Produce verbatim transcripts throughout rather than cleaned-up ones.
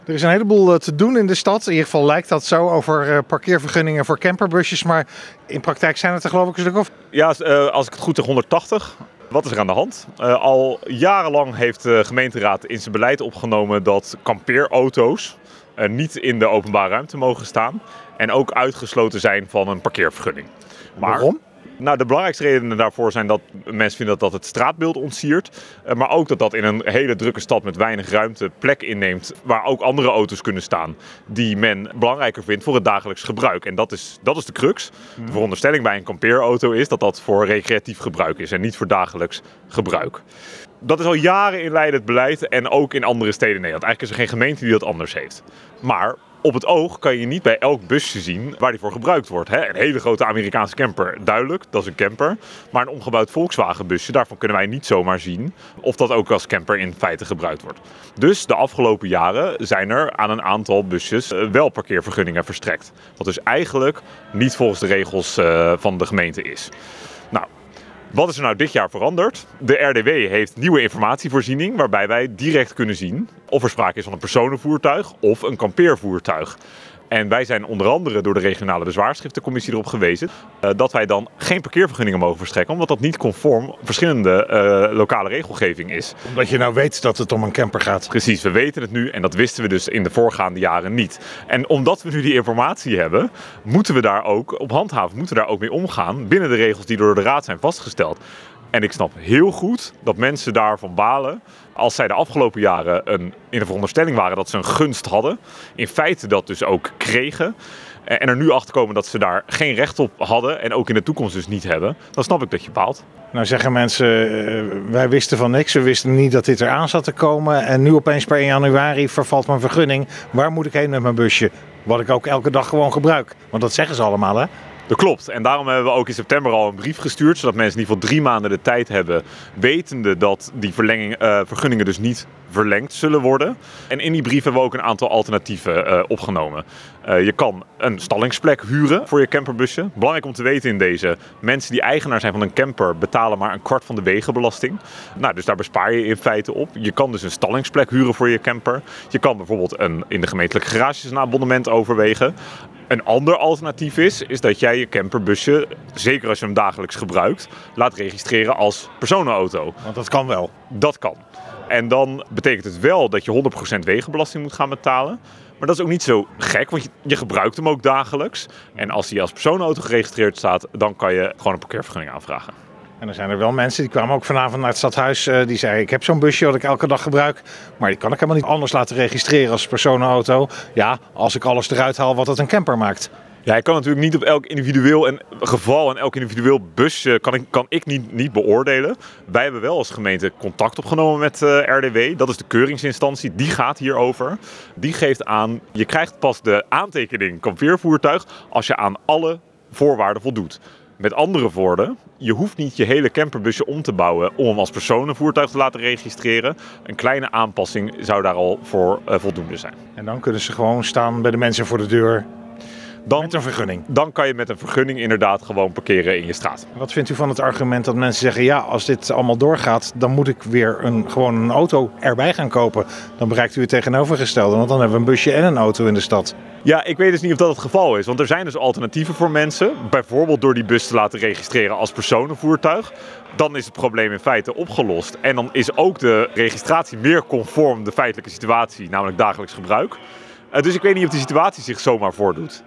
Er is een heleboel te doen in de stad. In ieder geval lijkt dat zo over parkeervergunningen voor camperbusjes. Maar in praktijk zijn het er geloof ik een stuk of... Ja, als ik het goed zeg honderdtachtig. Wat is er aan de hand? Uh, al jarenlang heeft de gemeenteraad in zijn beleid opgenomen dat kampeerauto's uh, niet in de openbare ruimte mogen staan. En ook uitgesloten zijn van een parkeervergunning. Maar, Waarom? Nou, de belangrijkste redenen daarvoor zijn dat mensen vinden dat dat het straatbeeld ontsiert. Uh, maar ook dat dat in een hele drukke stad met weinig ruimte plek inneemt waar ook andere auto's kunnen staan. Die men belangrijker vindt voor het dagelijks gebruik. En dat is, dat is de crux. De veronderstelling bij een kampeerauto is dat dat voor recreatief gebruik is en niet voor dagelijks gebruik. Dat is al jaren in Leiden het beleid en ook in andere steden in Nederland. Eigenlijk is er geen gemeente die dat anders heeft. Maar op het oog kan je niet bij elk busje zien waar die voor gebruikt wordt. Hè? Een hele grote Amerikaanse camper, duidelijk, dat is een camper. Maar een omgebouwd Volkswagen busje, daarvan kunnen wij niet zomaar zien of dat ook als camper in feite gebruikt wordt. Dus de afgelopen jaren zijn er aan een aantal busjes wel parkeervergunningen verstrekt. Wat dus eigenlijk niet volgens de regels van de gemeente is. Nou, wat is er nou dit jaar veranderd? De R D W heeft nieuwe informatievoorziening waarbij wij direct kunnen zien of er sprake is van een personenvoertuig of een kampeervoertuig. En wij zijn onder andere door de regionale bezwaarschriftencommissie erop gewezen uh, dat wij dan geen parkeervergunningen mogen verstrekken, omdat dat niet conform verschillende uh, lokale regelgeving is. Omdat je nou weet dat het om een camper gaat. Precies, we weten het nu en dat wisten we dus in de voorgaande jaren niet. En omdat we nu die informatie hebben, moeten we daar ook op handhaven, moeten we daar ook mee omgaan binnen de regels die door de raad zijn vastgesteld. En ik snap heel goed dat mensen daarvan balen als zij de afgelopen jaren een, in de veronderstelling waren dat ze een gunst hadden. In feite dat dus ook kregen. En er nu achter komen dat ze daar geen recht op hadden en ook in de toekomst dus niet hebben. Dan snap ik dat je baalt. Nou zeggen mensen, uh, wij wisten van niks. We wisten niet dat dit eraan zat te komen. En nu opeens per één januari vervalt mijn vergunning. Waar moet ik heen met mijn busje? Wat ik ook elke dag gewoon gebruik. Want dat zeggen ze allemaal, hè? Dat klopt. En daarom hebben we ook in september al een brief gestuurd, zodat mensen in ieder geval drie maanden de tijd hebben, wetende dat die verlenging, uh, vergunningen dus niet verlengd zullen worden. En in die brief hebben we ook een aantal alternatieven uh, opgenomen. Uh, je kan een stallingsplek huren voor je camperbusje. Belangrijk om te weten in deze, mensen die eigenaar zijn van een camper betalen maar een kwart van de wegenbelasting. Nou, dus daar bespaar je in feite op. Je kan dus een stallingsplek huren voor je camper. Je kan bijvoorbeeld een, in de gemeentelijke garages een abonnement overwegen. Een ander alternatief is, is dat jij je camperbusje, zeker als je hem dagelijks gebruikt, laat registreren als personenauto. Want dat kan wel. Dat kan. En dan betekent het wel dat je honderd procent wegenbelasting moet gaan betalen. Maar dat is ook niet zo gek, want je, je gebruikt hem ook dagelijks. En als hij als personenauto geregistreerd staat, dan kan je gewoon een parkeervergunning aanvragen. En er zijn er wel mensen, die kwamen ook vanavond naar het stadhuis, uh, die zeiden ik heb zo'n busje wat ik elke dag gebruik, maar die kan ik helemaal niet anders laten registreren als personenauto. Ja, als ik alles eruit haal wat het een camper maakt. Ja, ik kan natuurlijk niet op elk individueel en geval en elk individueel busje kan ik, kan ik niet, niet beoordelen. Wij hebben wel als gemeente contact opgenomen met uh, R D W. Dat is de keuringsinstantie, die gaat hierover. Die geeft aan, je krijgt pas de aantekening kampeervoertuig als je aan alle voorwaarden voldoet. Met andere woorden, je hoeft niet je hele camperbusje om te bouwen om hem als personenvoertuig te laten registreren. Een kleine aanpassing zou daar al voor uh, voldoende zijn. En dan kunnen ze gewoon staan bij de mensen voor de deur dan, met een vergunning? Dan kan je met een vergunning inderdaad gewoon parkeren in je straat. Wat vindt u van het argument dat mensen zeggen, ja, als dit allemaal doorgaat, dan moet ik weer een, gewoon een auto erbij gaan kopen. Dan bereikt u het tegenovergestelde, want dan hebben we een busje en een auto in de stad. Ja, ik weet dus niet of dat het geval is. Want er zijn dus alternatieven voor mensen. Bijvoorbeeld door die bus te laten registreren als personenvoertuig. Dan is het probleem in feite opgelost. En dan is ook de registratie meer conform de feitelijke situatie, namelijk dagelijks gebruik. Uh, dus ik weet niet of die situatie zich zomaar voordoet.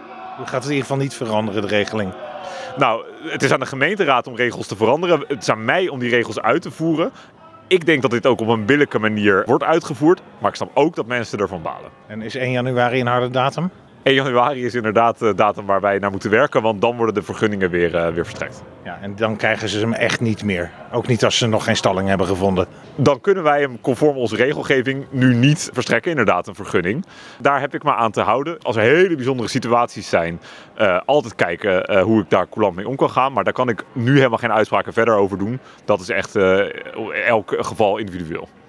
U gaat het in ieder geval niet veranderen, de regeling? Nou, het is aan de gemeenteraad om regels te veranderen. Het is aan mij om die regels uit te voeren. Ik denk dat dit ook op een billijke manier wordt uitgevoerd. Maar ik snap ook dat mensen ervan balen. En is één januari een harde datum? één januari is inderdaad de datum waar wij naar moeten werken. Want dan worden de vergunningen weer, uh, weer verstrekt. Ja, en dan krijgen ze hem echt niet meer. Ook niet als ze nog geen stalling hebben gevonden. Dan kunnen wij hem conform onze regelgeving nu niet verstrekken, inderdaad een vergunning. Daar heb ik maar aan te houden. Als er hele bijzondere situaties zijn, uh, altijd kijken uh, hoe ik daar coulant mee om kan gaan. Maar daar kan ik nu helemaal geen uitspraken verder over doen. Dat is echt uh, elk geval individueel.